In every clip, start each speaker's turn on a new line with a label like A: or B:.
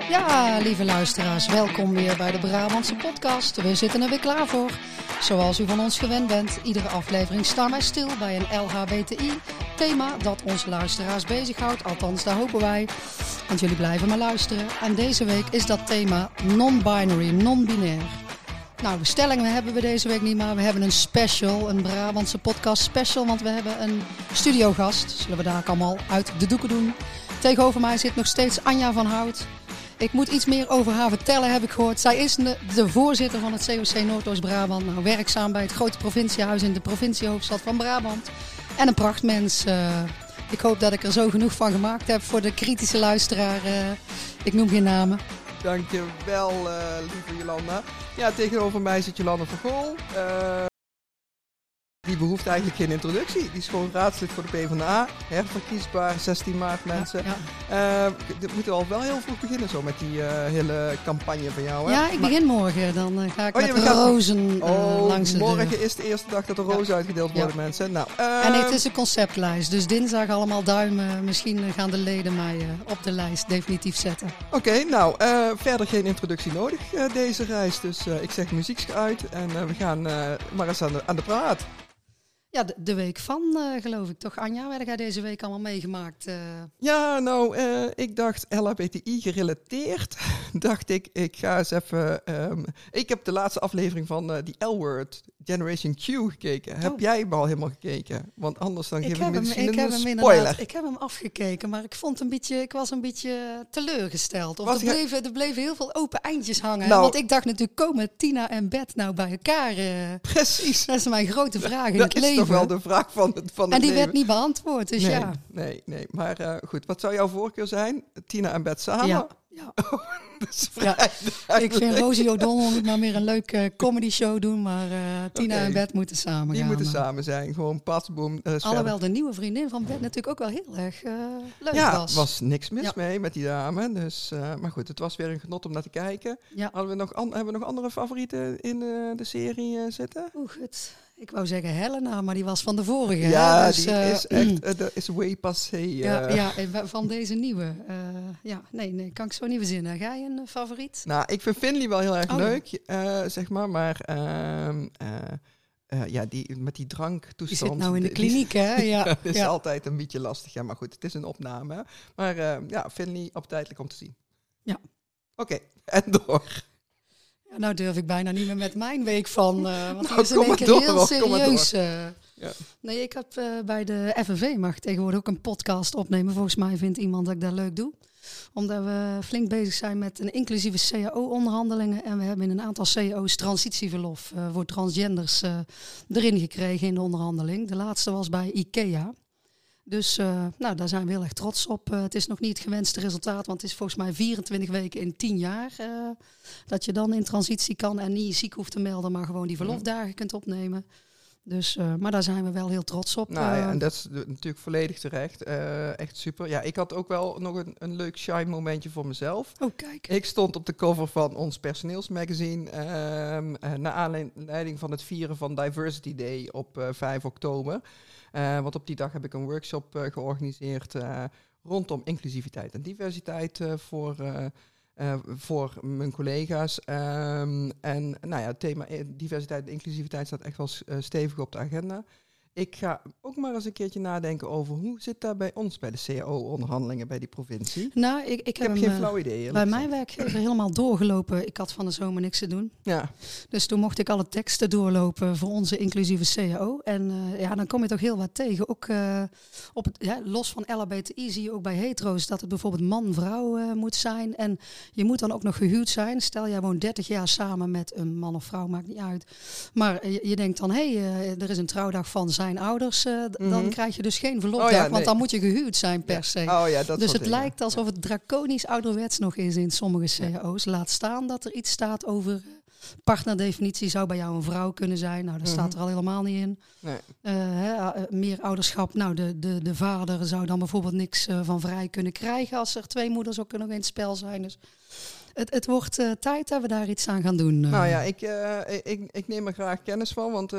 A: Ja, lieve luisteraars, welkom weer bij de Brabantse podcast. We zitten er weer klaar voor. Zoals u van ons gewend bent, iedere aflevering staan wij stil bij een LHBTI-thema dat onze luisteraars bezighoudt. Althans, daar hopen wij, want jullie blijven maar luisteren. En deze week is dat thema non-binary, non-binair. Nou, de stellingen hebben we deze week niet, maar we hebben een special, een Brabantse podcast special, want we hebben een studiogast. Zullen we daar ook allemaal uit de doeken doen. Tegenover mij zit nog steeds Anja van Hout. Ik moet iets meer over haar vertellen, heb ik gehoord. Zij is de voorzitter van het COC Noordoost-Brabant. Nou, werkzaam bij het grote provinciehuis in de provinciehoofdstad van Brabant. En een prachtmens. Ik hoop dat ik er zo genoeg van gemaakt heb voor de kritische luisteraar. Ik noem geen namen.
B: Dankjewel, lieve Jolanda. Ja, tegenover mij zit Jolanda van Gool. Die behoeft eigenlijk geen introductie. Die is gewoon raadslid voor de PvdA. Herverkiesbaar, 16 maart mensen. Ja. Dit moeten we al wel heel vroeg beginnen zo met die hele campagne van jou. Hè?
A: Ja, ik begin morgen. Dan ga ik met rozen langs de
B: morgen
A: deur.
B: Is de eerste dag dat de rozen uitgedeeld worden, mensen. Nou,
A: en het is een conceptlijst. Dus dinsdag allemaal duimen. Misschien gaan de leden mij op de lijst definitief zetten.
B: Oké, nou, verder geen introductie nodig deze reis. Dus ik zeg muziek uit en we gaan maar eens aan de praat.
A: Ja, de week van, geloof ik toch, Anja? Wat heb jij deze week allemaal meegemaakt?
B: Ja, nou, ik dacht LHBTI gerelateerd. Dacht ik ga eens even... ik heb de laatste aflevering van die L-Word, Generation Q, gekeken. Oh. Heb jij hem al helemaal gekeken? Want anders dan geef ik misschien een spoiler.
A: Ik heb hem afgekeken, maar ik was een beetje teleurgesteld. Of er bleven heel veel open eindjes hangen. Nou, want ik dacht natuurlijk, komen Tina en Beth nou bij elkaar?
B: Precies.
A: Dat is mijn grote vraag in het leven.
B: Dat is toch wel de vraag van het leven.
A: En die werd niet beantwoord, dus ja.
B: Nee. Maar goed, wat zou jouw voorkeur zijn? Tina en Beth samen?
A: Ja. Ik vind Rosie O'Donnell moet maar meer een leuke comedy show doen, maar Tina en Beth moeten samen
B: Die
A: gaan.
B: moeten samen zijn, gewoon patsboom.
A: Alhoewel de nieuwe vriendin van Beth natuurlijk ook wel heel erg leuk was.
B: Ja, was niks mis mee met die dame. Dus, maar goed, het was weer een genot om naar te kijken. Ja. Hebben we nog andere favorieten in de serie zitten?
A: Goed. Ik wou zeggen Helena, maar die was van de vorige.
B: Ja,
A: hè? Dus,
B: die is echt, dat is way passé.
A: Ja, van deze nieuwe. Nee, kan ik zo niet verzinnen. Ga je een favoriet?
B: Nou, ik vind Finley wel heel erg leuk, zeg maar. Die met die dranktoestand.
A: Die zit nou in de kliniek, hè? Ja.
B: Dat is altijd een beetje lastig. Ja, maar goed, het is een opname. Hè? Maar Finley appetijtelijk om te zien.
A: Ja.
B: Oké, en door.
A: Ja, nou durf ik bijna niet meer met mijn week van, want die is in één keer heel serieus.
B: Ja.
A: Nee, ik heb bij de FNV mag tegenwoordig ook een podcast opnemen. Volgens mij vindt iemand dat ik dat leuk doe. Omdat we flink bezig zijn met een inclusieve CAO-onderhandelingen. En we hebben in een aantal CAO's transitieverlof voor transgenders erin gekregen in de onderhandeling. De laatste was bij IKEA. Dus daar zijn we heel erg trots op. Het is nog niet het gewenste resultaat, want het is volgens mij 24 weken in 10 jaar dat je dan in transitie kan en niet ziek hoeft te melden, maar gewoon die verlofdagen kunt opnemen. Dus, maar daar zijn we wel heel trots op.
B: Nou ja, en dat is natuurlijk volledig terecht. Echt super. Ja, ik had ook wel nog een leuk shine momentje voor mezelf.
A: Oh, kijk.
B: Ik stond op de cover van ons personeelsmagazine naar aanleiding van het vieren van Diversity Day op 5 oktober. Want op die dag heb ik een workshop georganiseerd rondom inclusiviteit en diversiteit voor mijn collega's. Het thema diversiteit en inclusiviteit staat echt wel stevig op de agenda. Ik ga ook maar eens een keertje nadenken over hoe zit daar bij ons bij de CAO-onderhandelingen bij die provincie.
A: Nou, ik heb
B: geen flauw idee.
A: Bij mijn werkgever helemaal doorgelopen. Ik had van de zomer niks te doen. Ja. Dus toen mocht ik alle teksten doorlopen voor onze inclusieve CAO. En dan kom je toch heel wat tegen. Ook los van LHBTI zie je ook bij hetero's dat het bijvoorbeeld man-vrouw moet zijn. En je moet dan ook nog gehuwd zijn. Stel, jij woont 30 jaar samen met een man of vrouw, maakt niet uit. Maar je denkt dan, er is een trouwdag van zijn ouders, dan krijg je dus geen verlofdag, want dan moet je gehuwd zijn per se. Dus het lijkt alsof het draconisch ouderwets nog is in sommige cao's. Laat staan dat er iets staat over partnerdefinitie zou bij jou een vrouw kunnen zijn. Nou, dat staat er al helemaal niet in. Nee. Meer ouderschap. Nou, de vader zou dan bijvoorbeeld niks van vrij kunnen krijgen als er 2 moeders ook nog in het spel zijn. Dus het wordt tijd dat we daar iets aan gaan doen.
B: Nou ja, ik neem er graag kennis van, want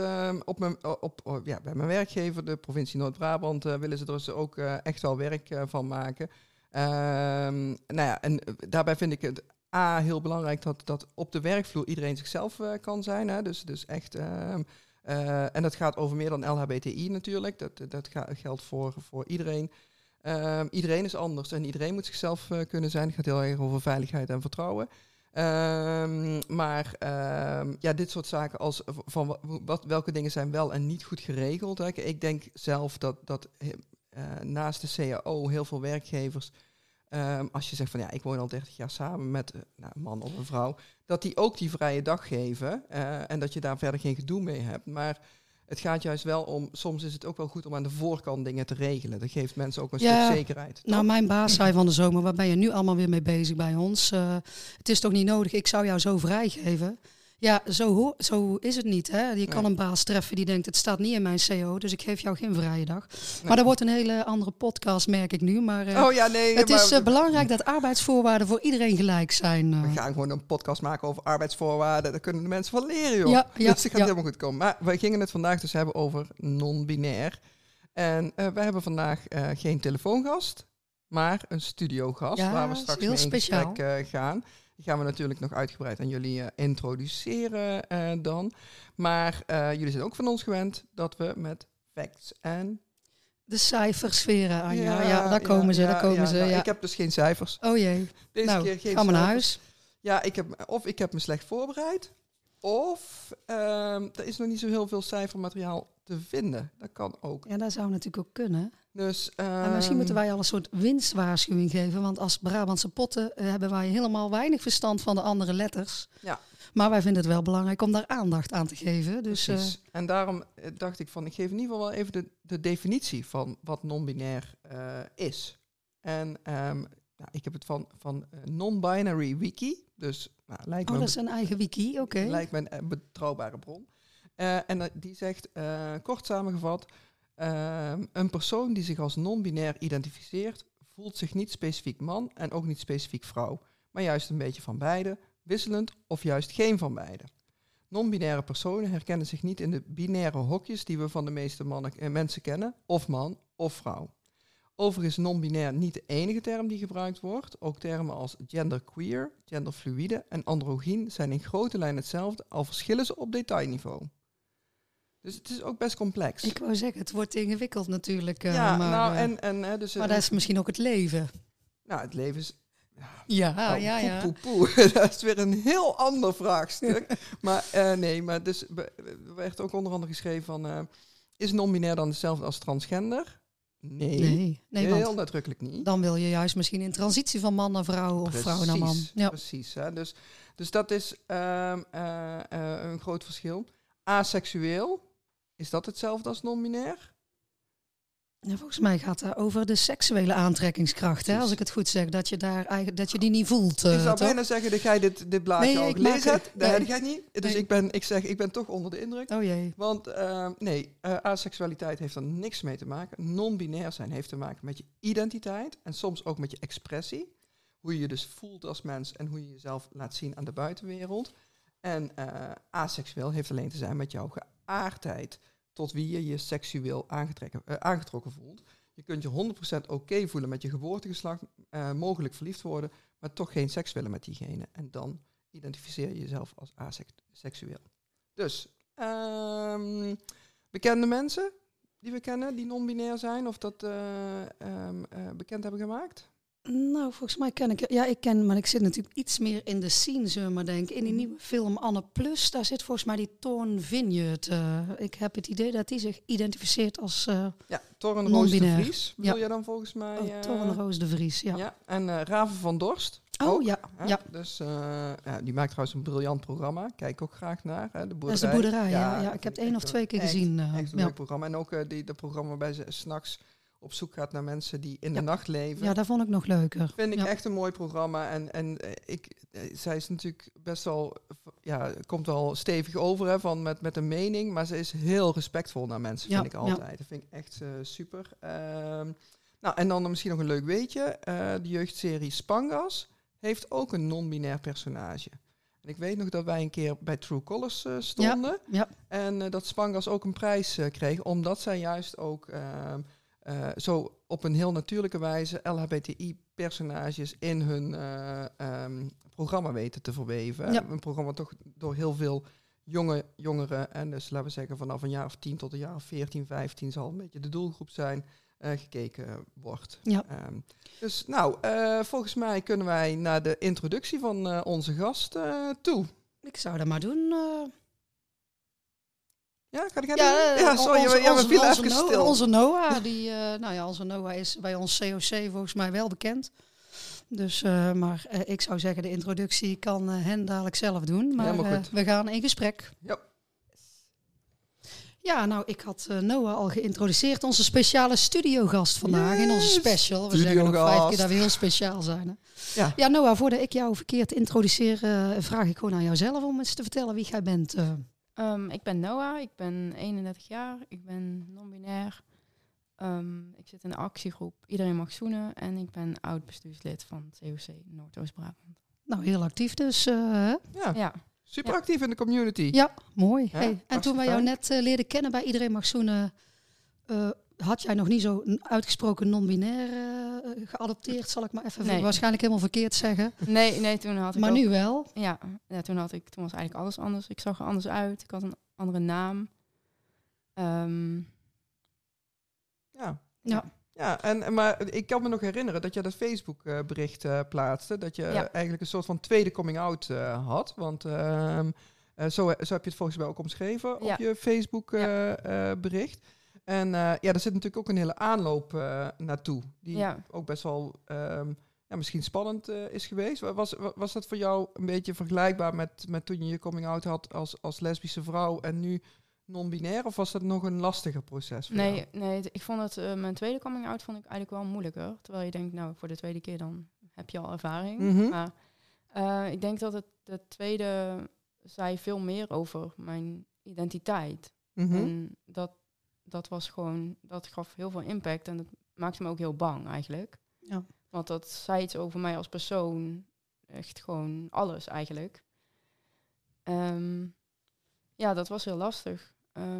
B: bij mijn werkgever, de provincie Noord-Brabant, willen ze er dus ook echt wel werk van maken. En daarbij vind ik het heel belangrijk dat op de werkvloer iedereen zichzelf kan zijn. Hè? Dus echt... en dat gaat over meer dan LHBTI natuurlijk. Dat geldt voor iedereen. Iedereen is anders en iedereen moet zichzelf kunnen zijn. Het gaat heel erg over veiligheid en vertrouwen. Dit soort zaken als van welke dingen zijn wel en niet goed geregeld. Hè. Ik denk zelf dat naast de CAO heel veel werkgevers, als je zegt van ik woon al 30 jaar samen met een man of een vrouw, dat die ook die vrije dag geven en dat je daar verder geen gedoe mee hebt. Maar het gaat juist wel om, soms is het ook wel goed om aan de voorkant dingen te regelen. Dat geeft mensen ook een stuk zekerheid. Toch?
A: Nou, mijn baas zei van de zomer, waar ben je nu allemaal weer mee bezig bij ons? Het is toch niet nodig, ik zou jou zo vrijgeven. Ja, zo is het niet. Hè? Je kan een baas treffen die denkt, het staat niet in mijn CO, dus ik geef jou geen vrije dag. Nee. Maar dat wordt een hele andere podcast, merk ik nu. Maar het is belangrijk dat arbeidsvoorwaarden voor iedereen gelijk zijn.
B: We gaan gewoon een podcast maken over arbeidsvoorwaarden. Daar kunnen de mensen van leren, joh. Dus het gaat helemaal goed komen. Maar we gingen het vandaag dus hebben over non-binair. En we hebben vandaag geen telefoongast, maar een studiogast. Waar we straks mee in gesprek gaan. Die gaan we natuurlijk nog uitgebreid aan jullie introduceren dan. Maar jullie zijn ook van ons gewend dat we met facts en...
A: De cijfersferen, Anja. Daar komen ze.
B: Nou, ik heb dus geen cijfers.
A: Oh jee.
B: Deze keer geen
A: ga maar naar huis.
B: Ja, ik heb me slecht voorbereid. Of er is nog niet zo heel veel cijfermateriaal te vinden. Dat kan ook.
A: Ja, dat zou natuurlijk ook kunnen.
B: Dus,
A: en misschien moeten wij al een soort winstwaarschuwing geven. Want als Brabantse potten hebben wij helemaal weinig verstand van de andere letters. Ja. Maar wij vinden het wel belangrijk om daar aandacht aan te geven. Dus,
B: precies. En daarom dacht ik van, ik geef in ieder geval wel even de definitie van wat non-binair is. En ik heb het van Non-Binary Wiki. Dus, lijkt me
A: dat is een eigen wiki, oké.
B: Lijkt me een betrouwbare bron. En die zegt, kort samengevat, een persoon die zich als non-binair identificeert, voelt zich niet specifiek man en ook niet specifiek vrouw, maar juist een beetje van beide, wisselend of juist geen van beide. Non-binaire personen herkennen zich niet in de binaire hokjes die we van de meeste mensen kennen, of man of vrouw. Overigens is non-binair niet de enige term die gebruikt wordt. Ook termen als genderqueer, genderfluïde en androgyn zijn in grote lijnen hetzelfde, al verschillen ze op detailniveau. Dus het is ook best complex.
A: Ik wou zeggen, het wordt ingewikkeld natuurlijk.
B: Dus
A: maar dat is misschien ook het leven.
B: Nou, het leven is...
A: Poe.
B: Dat is weer een heel ander vraagstuk. Maar dus er werd ook onder andere geschreven van... is non-binair dan hetzelfde als transgender? Nee, heel nadrukkelijk niet.
A: Dan wil je juist misschien in transitie van man naar vrouw of vrouw naar man.
B: Ja. Precies. Hè? Dus dat is een groot verschil. Aseksueel, is dat hetzelfde als non-binair?
A: Ja, volgens mij gaat het over de seksuele aantrekkingskracht, hè, als ik het goed zeg. Dat je die niet voelt.
B: Ik zou bijna zeggen dat jij dit blaadje al gelezen hebt. Dat heb jij niet. Dus ik ben toch onder de indruk.
A: Oh jee.
B: Want aseksualiteit heeft er niks mee te maken. Non-binair zijn heeft te maken met je identiteit en soms ook met je expressie. Hoe je je dus voelt als mens en hoe je jezelf laat zien aan de buitenwereld. En aseksueel heeft alleen te zijn met jouw geaardheid, tot wie je je seksueel aangetrokken voelt. Je kunt je 100% oké voelen met je geboortegeslacht, mogelijk verliefd worden, maar toch geen seks willen met diegene. En dan identificeer je jezelf als aseksueel. Dus, bekende mensen die we kennen, die non-binair zijn, of dat bekend hebben gemaakt?
A: Nou, volgens mij ken ik... Ja, ik ken, maar ik zit natuurlijk iets meer in de scene, zullen we maar denken. In die nieuwe film Anne Plus, daar zit volgens mij die Thorn Vineyard. Ik heb het idee dat die zich identificeert als
B: Thorn Roos de Vries, bedoel je dan volgens mij?
A: Thorn Roos de Vries, ja.
B: En Raven van Dorst.
A: Oh,
B: ook,
A: ja.
B: Dus die maakt trouwens een briljant programma. Kijk ook graag naar. De Boerderij.
A: Dat is de Boerderij, ja. Ik heb het 1 of 2 keer gezien.
B: Echt een leuk programma. En ook dat programma waarbij ze 's nachts op zoek gaat naar mensen die in de nacht leven.
A: Ja, dat vond ik nog leuker.
B: Vind ik echt een mooi programma. En zij is natuurlijk best wel... komt wel stevig over hè, met een mening. Maar ze is heel respectvol naar mensen, vind ik altijd. Dat vind ik echt super. En dan misschien nog een leuk weetje. De jeugdserie Spangas heeft ook een non-binair personage. En ik weet nog dat wij een keer bij True Colors stonden. Ja. En dat Spangas ook een prijs kreeg. Omdat zij juist ook... zo op een heel natuurlijke wijze LHBTI-personages in hun programma weten te verweven. Ja. Een programma toch door heel veel jongeren, en dus laten we zeggen vanaf een jaar of 10 tot een jaar of 14, 15 zal een beetje de doelgroep zijn, gekeken wordt.
A: Ja.
B: Dus volgens mij kunnen wij naar de introductie van onze gast toe.
A: Ik zou dat maar doen.
B: Ja, ga ik sorry, we vielen even stil.
A: Onze Noah, onze Noah is bij ons COC volgens mij wel bekend. Dus, maar ik zou zeggen, de introductie kan hen dadelijk zelf doen. Maar we gaan in gesprek.
B: Ja.
A: Ja, nou, ik had Noah al geïntroduceerd. Onze speciale studiogast vandaag in onze special. We zeggen nog 5 keer dat we heel speciaal zijn. Hè? Ja, Noah, voordat ik jou verkeerd introduceer, vraag ik gewoon aan jouzelf om eens te vertellen wie jij bent.
C: Ik ben Noah, ik ben 31 jaar, ik ben non-binair. Ik zit in de actiegroep Iedereen Mag Zoenen en ik ben oud-bestuurslid van COC Noordoost-Brabant.
A: Nou, heel actief dus.
C: Ja.
B: Super actief in de community.
A: Ja, mooi. Ja, hey. En toen wij jou net leerden kennen bij Iedereen Mag Zoenen, had jij nog niet zo een uitgesproken non-binair geadopteerd, zal ik maar even waarschijnlijk helemaal verkeerd zeggen.
C: Nee, toen had ik
A: maar
C: ook,
A: nu wel?
C: Ja, toen was eigenlijk alles anders. Ik zag er anders uit, ik had een andere naam.
B: Maar ik kan me nog herinneren dat je dat Facebook bericht plaatste. Dat je eigenlijk een soort van tweede coming out had. Want zo heb je het volgens mij ook omschreven op je Facebook bericht. En er zit natuurlijk ook een hele aanloop naartoe. Die ook best wel misschien spannend is geweest. Was dat voor jou een beetje vergelijkbaar met toen je je coming out had als lesbische vrouw en nu non-binair? Of was dat nog een lastiger proces voor jou?
C: Nee, ik vond het, mijn tweede coming out vond ik eigenlijk wel moeilijker. Terwijl je denkt, nou, voor de tweede keer dan heb je al ervaring. Mm-hmm. Maar ik denk dat de tweede zei veel meer over mijn identiteit. Mm-hmm. En dat was gewoon, dat gaf heel veel impact en dat maakte me ook heel bang eigenlijk. Ja. Want dat zei iets over mij als persoon. Echt gewoon alles eigenlijk. Dat was heel lastig.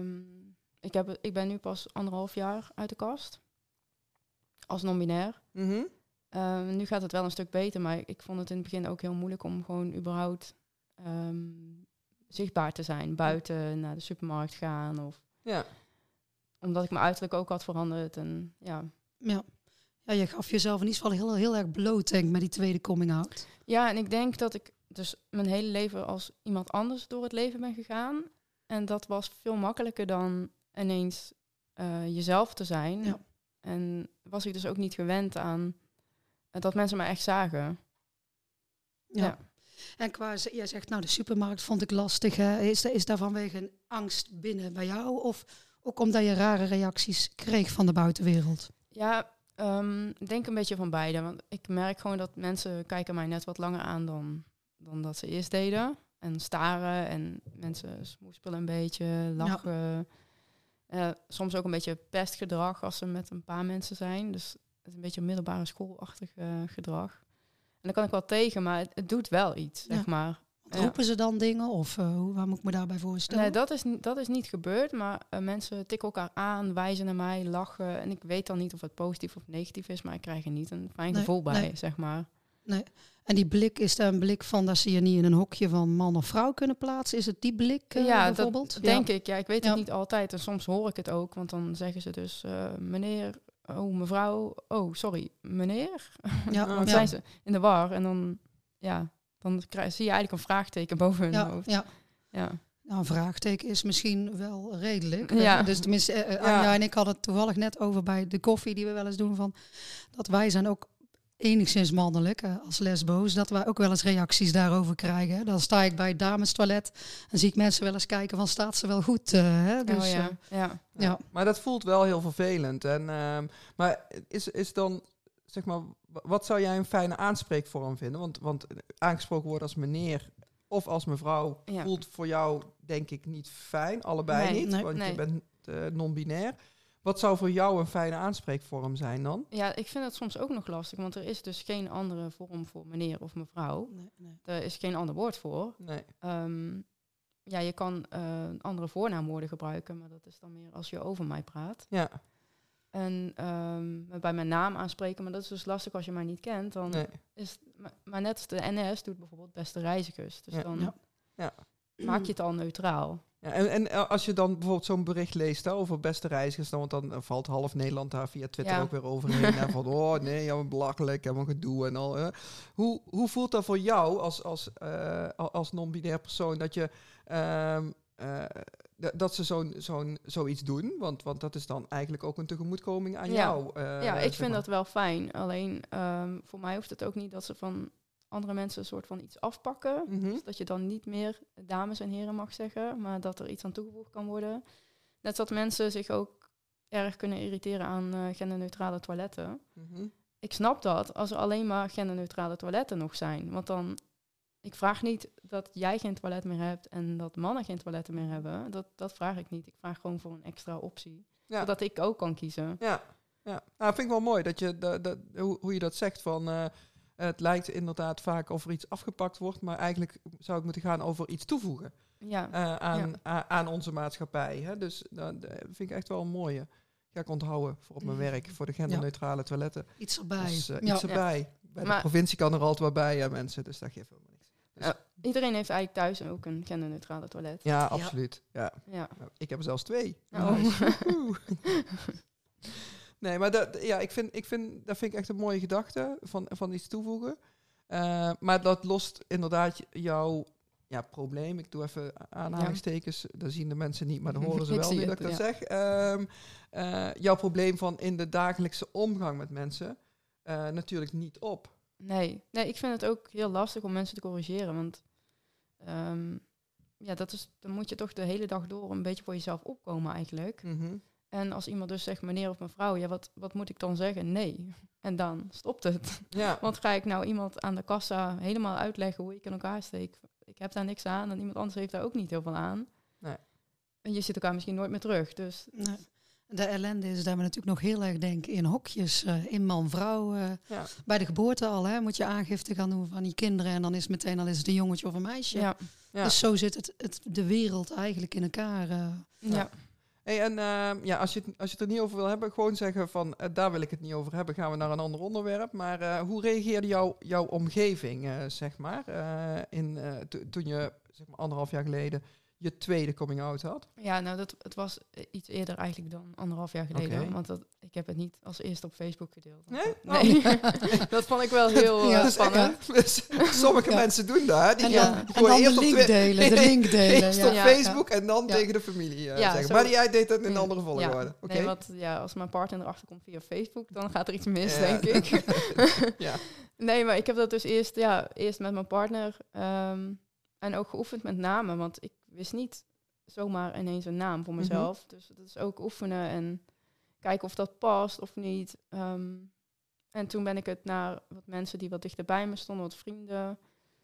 C: Ik ben nu pas 1,5 jaar uit de kast. Als non-binair. Mm-hmm. Nu gaat het wel een stuk beter, maar ik vond het in het begin ook heel moeilijk om gewoon überhaupt zichtbaar te zijn. Buiten naar de supermarkt gaan. Of omdat ik mijn uiterlijk ook had veranderd. En, ja,
A: je gaf jezelf in ieder geval heel erg bloot, denk ik, met die tweede coming out.
C: Ja, en ik denk dat ik dus mijn hele leven als iemand anders door het leven ben gegaan. En dat was veel makkelijker dan ineens jezelf te zijn. Ja. En was ik dus ook niet gewend aan dat mensen mij echt zagen.
A: Ja. En jij zegt, nou, de supermarkt vond ik lastig. Hè? Is daar vanwege een angst binnen bij jou? Of ook omdat je rare reacties kreeg van de buitenwereld?
C: Ja, ik denk een beetje van beide. Want ik merk gewoon dat mensen kijken mij net wat langer aan dan dat ze eerst deden. En staren en mensen smoespelen een beetje, lachen. Ja. Soms ook een beetje pestgedrag als ze met een paar mensen zijn. Dus het is een beetje middelbare schoolachtig gedrag. En daar kan ik wel tegen, maar het doet wel iets, zeg maar.
A: Roepen ze dan dingen of waar moet ik me daarbij voorstellen?
C: Nee, dat is niet gebeurd, maar mensen tikken elkaar aan, wijzen naar mij, lachen. En ik weet dan niet of het positief of negatief is, maar ik krijg er niet een fijn gevoel bij, zeg maar.
A: Nee. En die blik, is daar een blik van dat ze je niet in een hokje van man of vrouw kunnen plaatsen? Is het die blik bijvoorbeeld?
C: Dat denk ik. Ja, ik weet het niet altijd. En soms hoor ik het ook, want dan zeggen ze dus meneer, oh mevrouw, oh sorry, meneer. Dan zijn ze in de war en dan zie je eigenlijk een vraagteken boven hun hoofd. Ja.
A: Nou, een vraagteken is misschien wel redelijk. Ja. Dus tenminste, Anja en ik hadden het toevallig net over bij de koffie die we wel eens doen, van dat wij zijn ook enigszins mannelijk als lesbo's, dat wij ook wel eens reacties daarover krijgen. Dan sta ik bij het damestoilet en zie ik mensen wel eens kijken van, staat ze wel goed? Dus,
B: ja. Maar dat voelt wel heel vervelend. En, maar is dan, zeg maar, wat zou jij een fijne aanspreekvorm vinden? Want aangesproken worden als meneer of als mevrouw voelt voor jou denk ik niet fijn. Allebei niet, want je bent non-binair. Wat zou voor jou een fijne aanspreekvorm zijn dan?
C: Ja, ik vind het soms ook nog lastig, want er is dus geen andere vorm voor meneer of mevrouw. Nee. Er is geen ander woord voor. Nee. Je kan andere voornaamwoorden gebruiken, maar dat is dan meer als je over mij praat. Ja. En me bij mijn naam aanspreken. Maar dat is dus lastig als je mij niet kent. Dan is maar net als de NS doet bijvoorbeeld beste reizigers. Dus dan maak je het al neutraal.
B: Ja, en als je dan bijvoorbeeld zo'n bericht leest over beste reizigers, dan valt half Nederland daar via Twitter ook weer overheen. En van, oh nee, ja, belachelijk, helemaal gedoe en al. Hoe voelt dat voor jou als non-binair persoon dat je dat ze zoiets doen? Want dat is dan eigenlijk ook een tegemoetkoming aan jou.
C: Ik vind dat wel fijn. Alleen voor mij hoeft het ook niet dat ze van andere mensen een soort van iets afpakken. Mm-hmm. Dus dat je dan niet meer dames en heren mag zeggen, maar dat er iets aan toegevoegd kan worden. Net zoals mensen zich ook erg kunnen irriteren aan genderneutrale toiletten. Mm-hmm. Ik snap dat als er alleen maar genderneutrale toiletten nog zijn. Want dan, ik vraag niet dat jij geen toilet meer hebt en dat mannen geen toiletten meer hebben. Dat vraag ik niet. Ik vraag gewoon voor een extra optie. Zodat ik ook kan kiezen.
B: Ja. Nou, vind ik wel mooi dat je hoe je dat zegt van het lijkt inderdaad vaak of er iets afgepakt wordt, maar eigenlijk zou het moeten gaan over iets toevoegen aan onze maatschappij. Hè? Dus dat vind ik echt wel een mooie. Ga ik onthouden voor op mijn werk, voor de genderneutrale toiletten.
A: Iets erbij.
B: Dus, iets erbij. Bij de provincie kan er altijd wat bij, mensen, dus dat geeft helemaal niks. Dus,
C: iedereen heeft eigenlijk thuis ook een genderneutrale toilet.
B: Ja, absoluut. Ja. Ik heb er zelfs 2. Nee, maar dat vind ik echt een mooie gedachte van iets toevoegen. Maar dat lost inderdaad jouw probleem. Ik doe even aanhalingstekens. Dat zien de mensen niet, maar dan horen ze wel nu dat ik dat zeg. Jouw probleem van in de dagelijkse omgang met mensen natuurlijk niet op.
C: Nee, ik vind het ook heel lastig om mensen te corrigeren. Want dan moet je toch de hele dag door een beetje voor jezelf opkomen eigenlijk. Mm-hmm. En als iemand dus zegt, meneer of mevrouw, wat moet ik dan zeggen? Nee. En dan stopt het. Ja. Want ga ik nou iemand aan de kassa helemaal uitleggen hoe ik in elkaar steek? Ik heb daar niks aan en iemand anders heeft daar ook niet heel veel aan. Nee. En je ziet elkaar misschien nooit meer terug. Dus.
A: Nee. De ellende is dat we natuurlijk nog heel erg denken in hokjes. In man-vrouw. Bij de geboorte al moet je aangifte gaan doen van die kinderen. En dan is het meteen al is het een jongetje of een meisje. Ja. Dus zo zit de wereld eigenlijk in elkaar.
B: Hey, en als je het er niet over wil hebben, gewoon zeggen van daar wil ik het niet over hebben, gaan we naar een ander onderwerp. Maar hoe reageerde jouw omgeving, zeg maar, toen je zeg maar 1,5 jaar geleden je tweede coming out had?
C: Ja, nou het was iets eerder eigenlijk dan 1,5 jaar geleden. Okay. Want ik heb het niet als eerste op Facebook gedeeld. Nee? Dat vond ik wel heel spannend.
B: Dus sommige mensen doen dat.
A: Die gaan eerst de link delen.
B: Eerst op Facebook en dan tegen de familie zeggen. Zo. Maar jij deed dat in een andere volgorde.
C: Ja. Okay. Nee, want als mijn partner erachter komt via Facebook, dan gaat er iets mis, denk ik. Nee, maar ik heb dat dus eerst met mijn partner en ook geoefend met namen. Want ik wist niet zomaar ineens een naam voor mezelf. Mm-hmm. Dus dat is ook oefenen en kijken of dat past of niet. En toen ben ik het naar wat mensen die wat dichterbij me stonden, wat vrienden.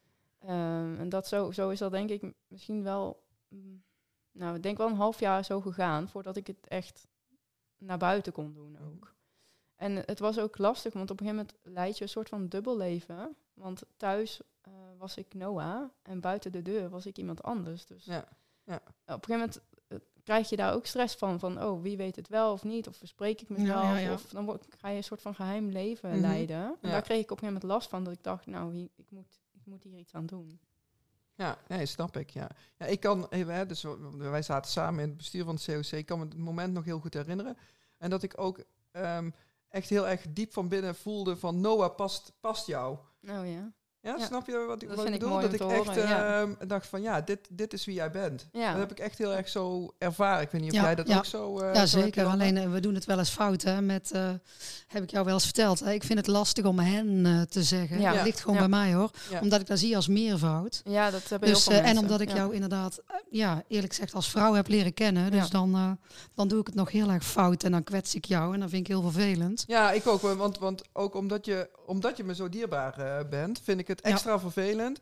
C: En dat zo is dat denk ik misschien wel, ik denk wel 1,5 jaar zo gegaan voordat ik het echt naar buiten kon doen ook. En het was ook lastig, want op een gegeven moment leid je een soort van dubbel leven. Want thuis was ik Noah en buiten de deur was ik iemand anders. Dus op een gegeven moment krijg je daar ook stress van wie weet het wel of niet, of verspreek ik mezelf, of dan ga je een soort van geheim leven leiden. En daar kreeg ik op een gegeven moment last van, dat ik dacht, ik moet hier iets aan doen.
B: Ja, nee, snap ik, ja. Ik kan, dus wij zaten samen in het bestuur van het COC, ik kan me het moment nog heel goed herinneren. En dat ik ook echt heel erg diep van binnen voelde van Noah past jou.
C: Oh ja.
B: Ja, snap je wat ik bedoel? Dat ik echt dacht van dit is wie jij bent. Ja. Dat heb ik echt heel erg zo ervaren. Ik weet niet of jij dat ook zo...
A: ja, zeker. Alleen we doen het wel eens fout. Hè, heb ik jou wel eens verteld. Hè? Ik vind het lastig om hen te zeggen. Ja. Dat ligt gewoon bij mij hoor. Ja. Omdat ik dat zie als meervoud.
C: Ja, dat hebben heel veel mensen.
A: En omdat ik jou inderdaad, eerlijk gezegd, als vrouw heb leren kennen. Dus dan doe ik het nog heel erg fout. En dan kwets ik jou. En dat vind ik heel vervelend.
B: Ja, ik ook. Want ook omdat je me zo dierbaar bent, vind ik het extra vervelend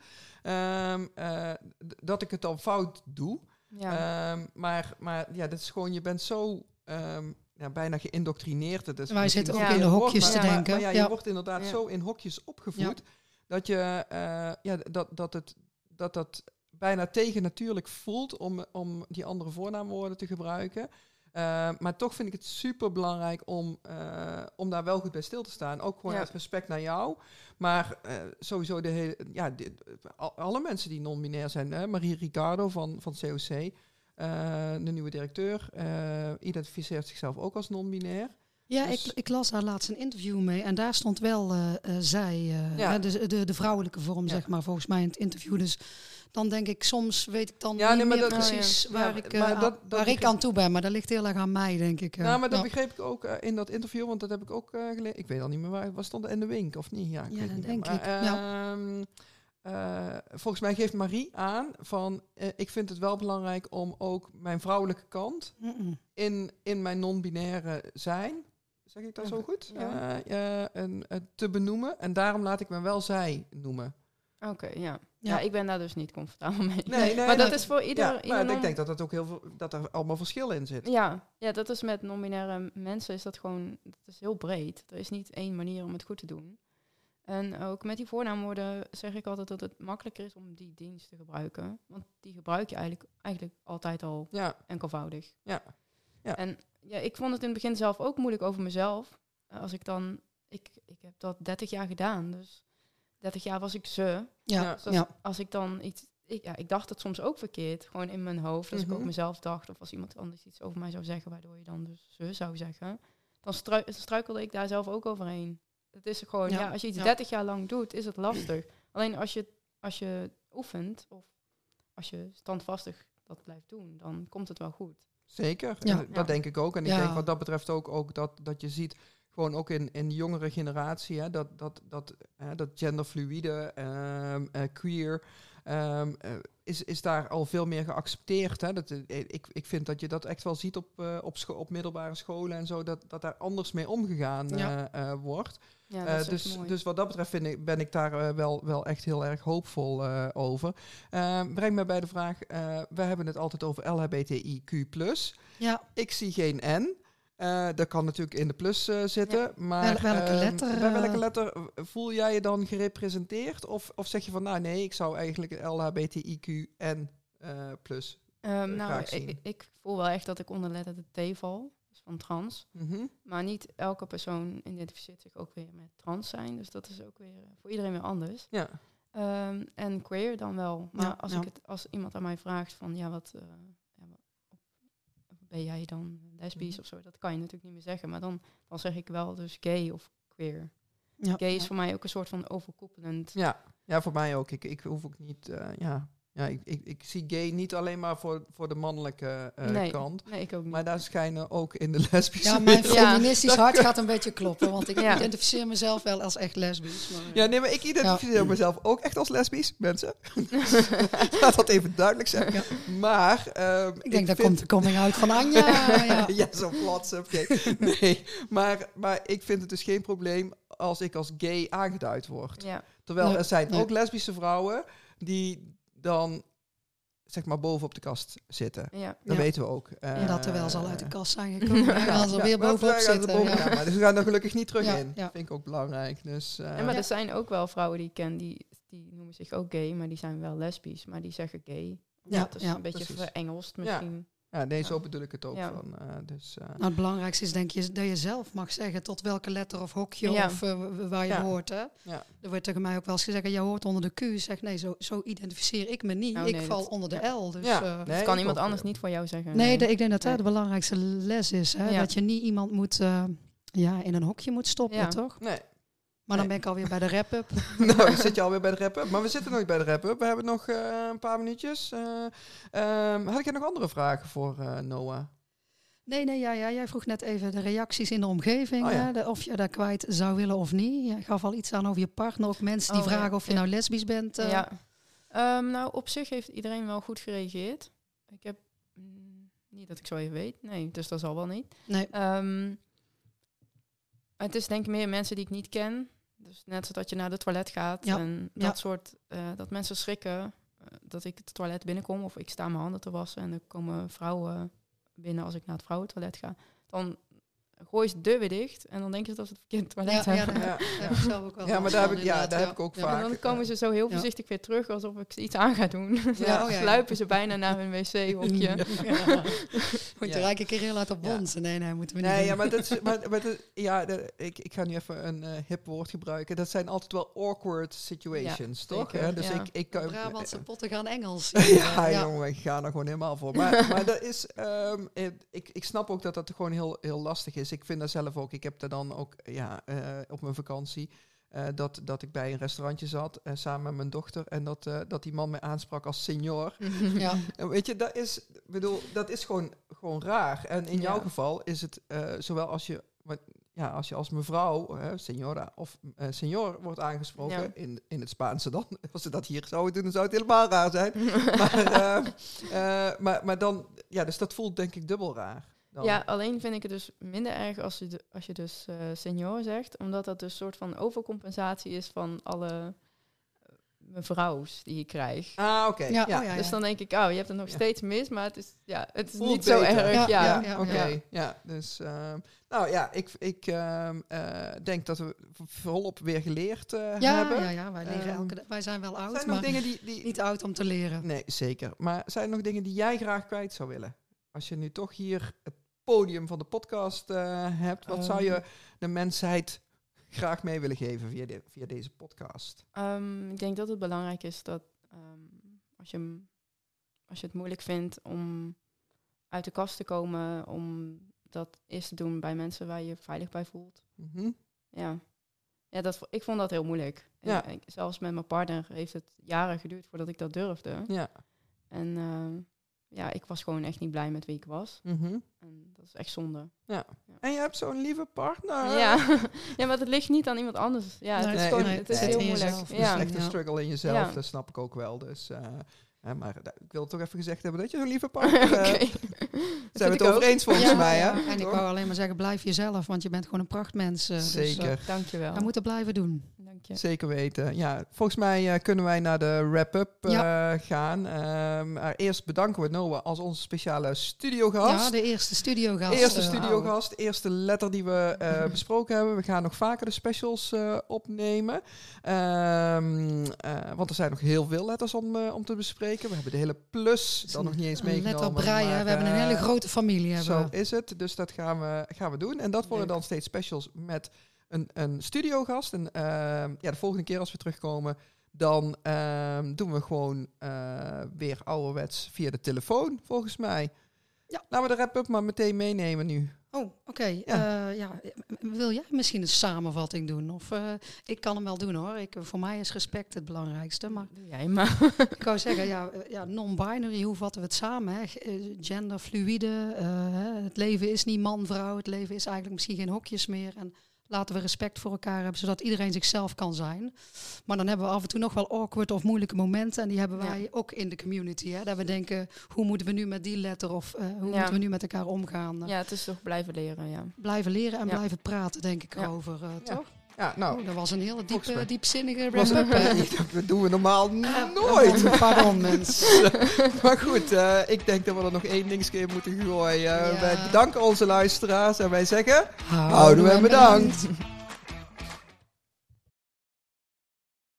B: dat ik het dan fout doe. Ja. Maar dat is gewoon, je bent zo bijna geïndoctrineerd. Dus
A: wij zitten ook in de hokjes te denken.
B: Maar je wordt inderdaad zo in hokjes opgevoed dat je dat bijna tegennatuurlijk voelt om die andere voornaamwoorden te gebruiken. Maar toch vind ik het super belangrijk om daar wel goed bij stil te staan. Ook gewoon uit respect naar jou. Maar sowieso alle mensen die non-binair zijn. Marie Ricardo van COC, de nieuwe directeur, identificeert zichzelf ook als non-binair.
A: Ja, dus ik las daar laatst een interview mee en daar stond wel zij, de vrouwelijke vorm, zeg maar, volgens mij in het interview. Dus dan denk ik, soms weet ik dan niet meer precies waar ik aan toe ben. Maar dat ligt heel erg aan mij, denk ik.
B: Maar dat begreep ik ook in dat interview, want dat heb ik ook gelezen. Ik weet al niet meer waar stond in de wink, of niet? Ja,
A: dat denk ik.
B: Volgens mij geeft Marie aan van, ik vind het wel belangrijk om ook mijn vrouwelijke kant in mijn non-binaire zijn, zeg ik dat zo goed? Te benoemen. En daarom laat ik me wel zij noemen.
C: Oké, ja, ik ben daar dus niet comfortabel mee. Nee, maar dat is voor ieder...
B: maar ik denk dat het ook heel veel, dat er allemaal verschillen in zit.
C: Ja, dat is met non-binaire mensen is dat gewoon, dat is heel breed. Er is niet één manier om het goed te doen. En ook met die voornaamwoorden zeg ik altijd dat het makkelijker is om die dienst te gebruiken. Want die gebruik je eigenlijk altijd al enkelvoudig. Ja. En ik vond het in het begin zelf ook moeilijk over mezelf. Als ik dan... Ik heb dat 30 jaar gedaan, dus 30 jaar was ik ze. Ja. Dus als ik dan iets... Ik dacht het soms ook verkeerd, gewoon in mijn hoofd. Als ik ook mezelf dacht, of als iemand anders iets over mij zou zeggen, waardoor je dan dus ze zou zeggen. Dan struikelde ik daar zelf ook overheen. Het is gewoon, als je iets 30 jaar lang doet, is het lastig. Alleen als je oefent, of als je standvastig dat blijft doen, dan komt het wel goed.
B: Zeker, dat denk ik ook. En ik denk wat dat betreft ook dat je ziet, gewoon ook in de jongere generatie, hè, dat genderfluïde, queer, is daar al veel meer geaccepteerd. Hè? Ik vind dat je dat echt wel ziet op middelbare scholen en zo, dat daar anders mee omgegaan wordt. Ja, dus wat dat betreft ben ik daar wel echt heel erg hoopvol over. Breng me bij de vraag, we hebben het altijd over LHBTIQ+. Ja. Ik zie geen N. Dat kan natuurlijk in de plus zitten. Ja. Maar bij welke letter voel jij je dan gerepresenteerd? Of zeg je van, nou nee, ik zou eigenlijk LHBTIQN plus graag zien?
C: Ik voel wel echt dat ik onder letter de T val. Van trans. Maar niet elke persoon identificeert zich ook weer met trans zijn. Dus dat is ook weer voor iedereen weer anders. Ja. En queer dan wel. Maar als iemand aan mij vraagt van wat ben jij dan lesbisch of zo? Dat kan je natuurlijk niet meer zeggen. Maar dan zeg ik wel dus gay of queer. Ja. Gay is voor mij ook een soort van overkoepelend.
B: Ja, voor mij ook. Ik hoef ook niet... ik zie gay niet alleen maar voor de mannelijke kant. Nee, ik ook niet. Maar daar schijnen ook in de lesbische...
A: Ja, mijn feministisch hart gaat een beetje kloppen. Want ik identificeer mezelf wel als echt lesbisch. Maar,
B: maar ik identificeer mezelf ook echt als lesbisch, mensen. Laat dat even duidelijk zijn. Ja. Maar...
A: ik denk, dat komt de coming out van Anja.
B: Ja, zo plat. Nee, maar ik vind het dus geen probleem als ik als gay aangeduid word. Ja. Terwijl er zijn ook lesbische vrouwen die dan zeg maar boven op de kast zitten. Ja. Dat weten we ook.
A: En dat er wel zal uit de kast zijn gekomen. En gaan ze weer bovenop zitten.
B: Maar dus we gaan er gelukkig niet terug in. Dat vind ik ook belangrijk. Dus,
C: maar er zijn ook wel vrouwen die ik ken, die noemen zich ook gay, maar die zijn wel lesbisch. Maar die zeggen gay. Dat is een beetje verengelst misschien.
B: Ja, nee, zo bedoel ik het ook. Van,
A: Nou, het belangrijkste is denk je dat je zelf mag zeggen tot welke letter of hokje of waar je hoort. Hè? Ja. Er wordt tegen mij ook wel eens gezegd, je hoort onder de Q. Zeg nee, zo identificeer ik me niet. Ik val onder de L. Dus,
C: dat kan iemand anders niet voor jou zeggen.
A: Nee, ik denk dat dat de belangrijkste les is. Hè? Dat je niet iemand moet in een hokje moet stoppen, toch? Nee. Maar dan ben ik alweer bij de wrap-up.
B: Nou, dan zit je alweer bij de wrap-up. Maar we zitten nog bij de wrap-up. We hebben nog een paar minuutjes. Had ik nog andere vragen voor Noah?
A: Nee, jij vroeg net even de reacties in de omgeving. Of je daar kwijt zou willen of niet. Je gaf al iets aan over je partner. Ook mensen die vragen of je nou lesbisch bent.
C: Nou, op zich heeft iedereen wel goed gereageerd. Ik heb... niet dat ik zo even weet. Nee, dus dat zal wel niet. Nee. Het is denk ik meer mensen die ik niet ken. Dus net zodat je naar de toilet gaat en dat soort... dat mensen schrikken dat ik het toilet binnenkom of ik sta mijn handen te wassen en er komen vrouwen binnen als ik naar het vrouwentoilet ga. Dan gooi ze de deur weer dicht. En dan denken ze dat ze het verkeerd toilet hebben.
B: Maar daar heb ik ook vaak.
C: En dan komen ze zo heel voorzichtig weer terug, alsof ik iets aan ga doen. Sluipen ze bijna naar hun wc-hokje.
A: Moet je eigenlijk een keer heel hard op bonzen. Nee, moeten we niet
B: doen. Ja, maar dat is... ik ga nu even een hip woord gebruiken. Dat zijn altijd wel awkward situations, toch?
A: Ja, dus ik Brabantse potten gaan Engels.
B: Jongen, ik ga er gewoon helemaal voor. Maar dat is... ik snap ook dat gewoon heel, heel lastig is. Ik vind dat zelf ook. Ik heb daar dan ook op mijn vakantie... Dat ik bij een restaurantje zat samen met mijn dochter en dat die man mij aansprak als senior. Ja. Weet je, dat is gewoon raar. En in jouw geval is het zowel als je als mevrouw, senora of senior wordt aangesproken in het Spaanse dan. Als ze dat hier zouden doen, dan zou het helemaal raar zijn. maar dan, dus dat voelt denk ik dubbel raar. Dan.
C: Ja, alleen vind ik het dus minder erg als je dus senior zegt. Omdat dat dus een soort van overcompensatie is van alle mevrouws die je krijgt.
B: Ah, oké.
C: Ja. Dus dan denk ik, je hebt het nog steeds mis, maar het is niet zo erg.
B: Dus ik denk dat we volop weer geleerd hebben.
A: Ja, wij leren wij zijn wel oud,
B: zijn
A: maar
B: nog dingen die
A: niet oud om te leren.
B: Nee, zeker. Maar zijn er nog dingen die jij graag kwijt zou willen? Als je nu toch hier het podium van de podcast hebt, wat zou je de mensheid graag mee willen geven via deze podcast?
C: Ik denk dat het belangrijk is dat als je het moeilijk vindt om uit de kast te komen, om dat eerst te doen bij mensen waar je je veilig bij voelt. Mm-hmm. Ik vond dat heel moeilijk. Ja. Zelfs met mijn partner heeft het jaren geduurd voordat ik dat durfde. Ja. En ik was gewoon echt niet blij met wie ik was. Mm-hmm. En dat is echt zonde.
B: Ja. En je hebt zo'n lieve partner.
C: Ja, maar het ligt niet aan iemand anders. Ja, het is heel moeilijk.
B: Het is echt een struggle in jezelf, dat snap ik ook wel. Dus, maar ik wil toch even gezegd hebben dat je zo'n lieve partner hebt. Zijn we het over eens volgens mij, hè?
A: En ik wou alleen maar zeggen, blijf jezelf, want je bent gewoon een prachtmens.
B: Zeker.
A: Dus,
C: dank je wel.
A: We moeten blijven doen.
C: Dank je.
B: Zeker weten. Ja, volgens mij kunnen wij naar de wrap-up gaan. Eerst bedanken we Noah als onze speciale studiogast.
A: Ja, de eerste
B: studiogast. Eerste letter die we besproken hebben. We gaan nog vaker de specials opnemen. Want er zijn nog heel veel letters om te bespreken. We hebben de hele plus dan nog niet eens meegenomen.
A: Letterbrei, we hebben een hele grote familie.
B: Zo is het. Dus dat gaan we doen. En dat worden dan steeds specials met een studiogast. En de volgende keer als we terugkomen, dan doen we gewoon weer ouderwets via de telefoon, volgens mij. Ja. Laten we de wrap-up maar meteen meenemen nu.
A: Oh, oké. Wil jij misschien een samenvatting doen? Of ik kan hem wel doen, hoor. Voor mij is respect het belangrijkste. Maar
C: doe jij maar.
A: Ik wou zeggen, non-binary, hoe vatten we het samen? Hè? Genderfluïde, het leven is niet man-vrouw. Het leven is eigenlijk misschien geen hokjes meer. En laten we respect voor elkaar hebben, zodat iedereen zichzelf kan zijn. Maar dan hebben we af en toe nog wel awkward of moeilijke momenten. En die hebben wij ook in de community. Hè? Dat we denken, hoe moeten we nu met die letter? Of hoe moeten we nu met elkaar omgaan?
C: Ja, het is toch blijven leren, ja.
A: Blijven leren en blijven praten, denk ik, over, toch?
B: Ja, nou.
A: Dat was een hele diepzinnige wrap-up.
B: Dat doen we normaal nooit.
A: Pardon, mensen.
B: Maar goed, ik denk dat we er nog één dingetje in moeten gooien. Wij bedanken onze luisteraars en wij zeggen, houden we bedankt.